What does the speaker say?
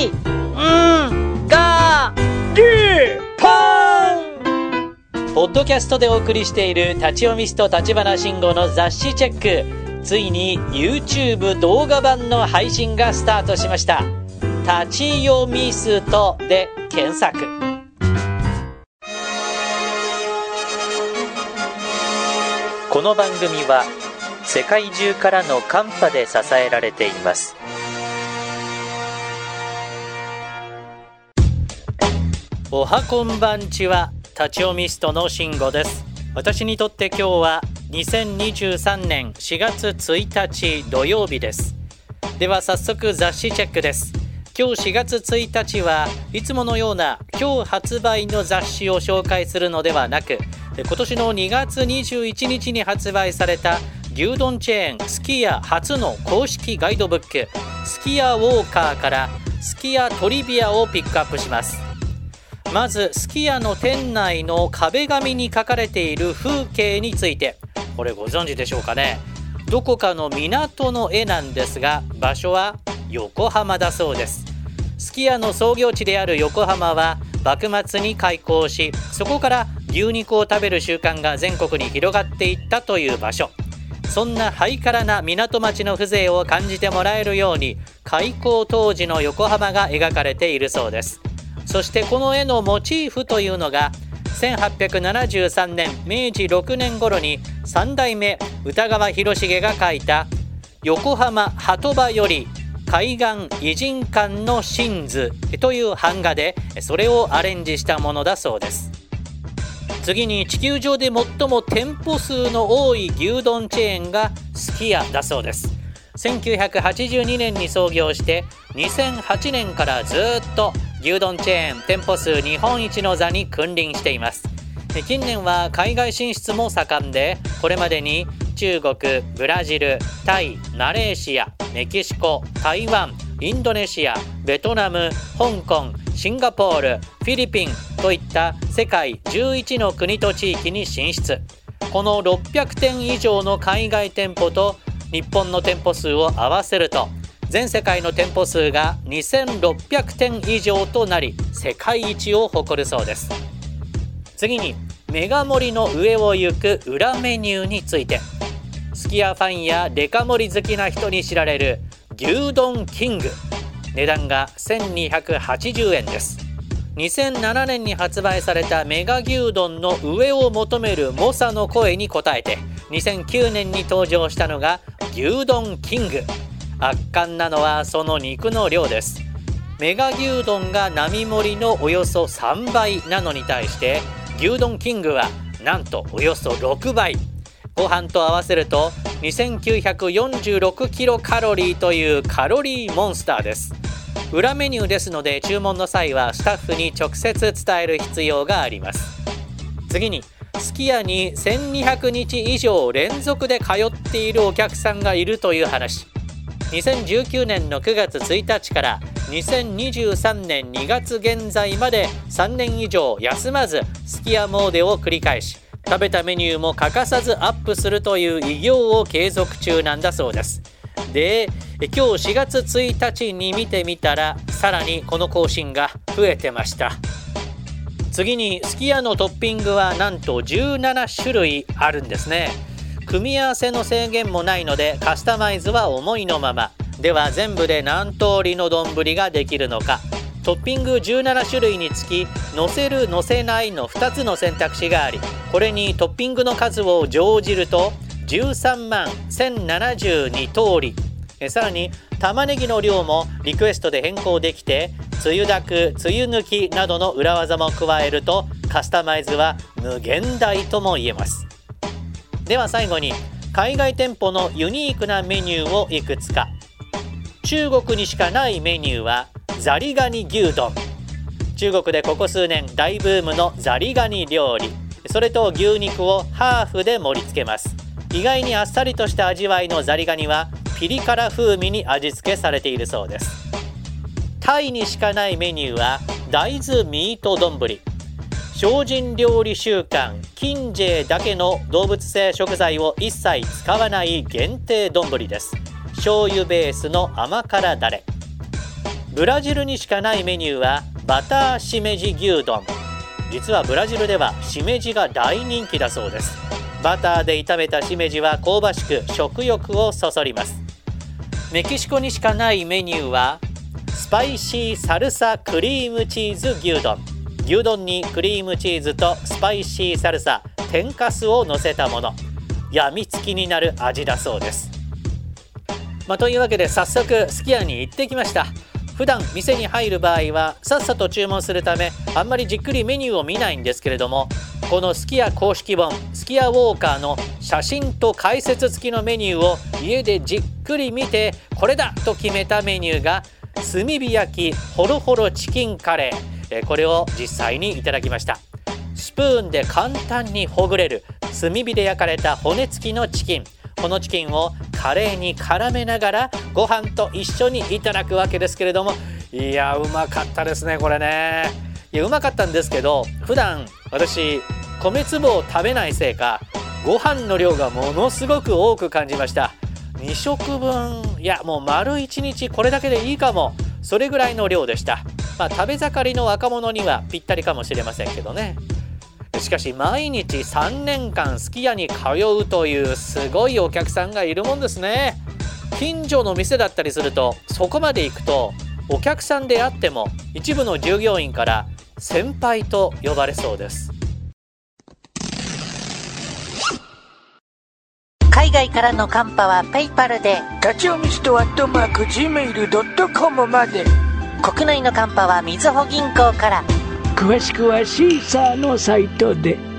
いがりぽん。ポッドキャストでお送りしている立ち読みスト立花慎吾の雑誌チェック、ついに YouTube 動画版の配信がスタートしました。立ち読みストで検索。この番組は世界中からのカンパで支えられています。おはこんばんちは、立ち読みストの慎吾です。私にとって今日は2023年4月1日土曜日です。では早速雑誌チェックです。今日4月1日はいつものような今日発売の雑誌を紹介するのではなく、今年の2月21日に発売された牛丼チェーンすき家初の公式ガイドブック、すき家ウォーカーからすき家トリビアをピックアップします。まずすき家の店内の壁紙に描かれている風景について、これご存知でしょうかね。どこかの港の絵なんですが、場所は横浜だそうです。すき家の創業地である横浜は幕末に開港し、そこから牛肉を食べる習慣が全国に広がっていったという場所。そんなハイカラな港町の風情を感じてもらえるように、開港当時の横浜が描かれているそうです。そしてこの絵のモチーフというのが、1873年明治6年頃に3代目歌川広重が描いた横浜鳩場より海岸異人館の真図という版画で、それをアレンジしたものだそうです。次に地球上で最も店舗数の多い牛丼チェーンがすき家だそうです。1982年に創業して2008年からずっと牛丼チェーン店舗数日本一の座に君臨しています。近年は海外進出も盛んで、これまでに中国、ブラジル、タイ、マレーシア、メキシコ、台湾、インドネシア、ベトナム、香港、シンガポール、フィリピンといった世界11の国と地域に進出。この600店以上の海外店舗と日本の店舗数を合わせると、全世界の店舗数が2600店以上となり、世界一を誇るそうです。次にメガ盛りの上を行く裏メニューについて、すき家ファンやデカ盛り好きな人に知られる牛丼キング、値段が1280円です。2007年に発売されたメガ牛丼の上を求める猛者の声に応えて、2009年に登場したのが牛丼キング。圧巻なのはその肉の量です。メガ牛丼が並盛りのおよそ3倍なのに対して、牛丼キングはなんとおよそ6倍。ご飯と合わせると2946キロカロリーというカロリーモンスターです。裏メニューですので、注文の際はスタッフに直接伝える必要があります。次にすき家に1200日以上連続で通っているお客さんがいるという話。2019年の9月1日から2023年2月現在まで3年以上休まずすき家モーデを繰り返し、食べたメニューも欠かさずアップするという偉業を継続中なんだそうです。で、今日4月1日に見てみたら、さらにこの更新が増えてました。次にすき家のトッピングはなんと17種類あるんですね。組み合わせの制限もないので、カスタマイズは思いのまま。では全部で何通りの丼ができるのか。トッピング17種類につき、乗せる乗せないの2つの選択肢があり、これにトッピングの数を乗じると13万1072通り。さらに玉ねぎの量もリクエストで変更できて、つゆだく、つゆ抜きなどの裏技も加えると、カスタマイズは無限大とも言えます。では最後に海外店舗のユニークなメニューをいくつか。中国にしかないメニューはザリガニ牛丼。中国でここ数年大ブームのザリガニ料理。それと牛肉をハーフで盛り付けます。意外にあっさりとした味わいのザリガニはピリ辛風味に味付けされているそうです。タイにしかないメニューは大豆ミート丼。精進料理習慣キンジェーだけの動物性食材を一切使わない限定丼です。醤油ベースの甘辛だれ。 ブラジルにしかないメニューはバターしめじ牛丼。実はブラジルではしめじが大人気だそうです。バターで炒めたしめじは香ばしく食欲をそそります。メキシコにしかないメニューはスパイシーサルサクリームチーズ牛丼。牛丼にクリームチーズとスパイシーサルサ、天かすを乗せたもの。やみつきになる味だそうです。というわけで早速すき家に行ってきました。普段店に入る場合はさっさと注文するためあんまりじっくりメニューを見ないんですけれども、このすき家公式本すき家ウォーカーの写真と解説付きのメニューを家でじっくり見て、これだと決めたメニューが炭火焼きホロホロチキンカレー。これを実際にいただきました。スプーンで簡単にほぐれる炭火で焼かれた骨付きのチキン。このチキンをカレーに絡めながらご飯と一緒にいただくわけですけれども、いやうまかったですねこれね。うまかったんですけど、普段私米粒を食べないせいかご飯の量がものすごく多く感じました。2食分、もう丸1日これだけでいいかも、それぐらいの量でした。食べ盛りの若者にはぴったりかもしれませんけどね。しかし毎日3年間すき家に通うというすごいお客さんがいるもんですね。近所の店だったりするとそこまで行くとお客さんであっても一部の従業員から先輩と呼ばれそうです。 海外からのカンパはペイパルで、 立ち読みストア@gmail.com まで。 国内のカンパはみずほ銀行から。 詳しくはシーサーのサイトで。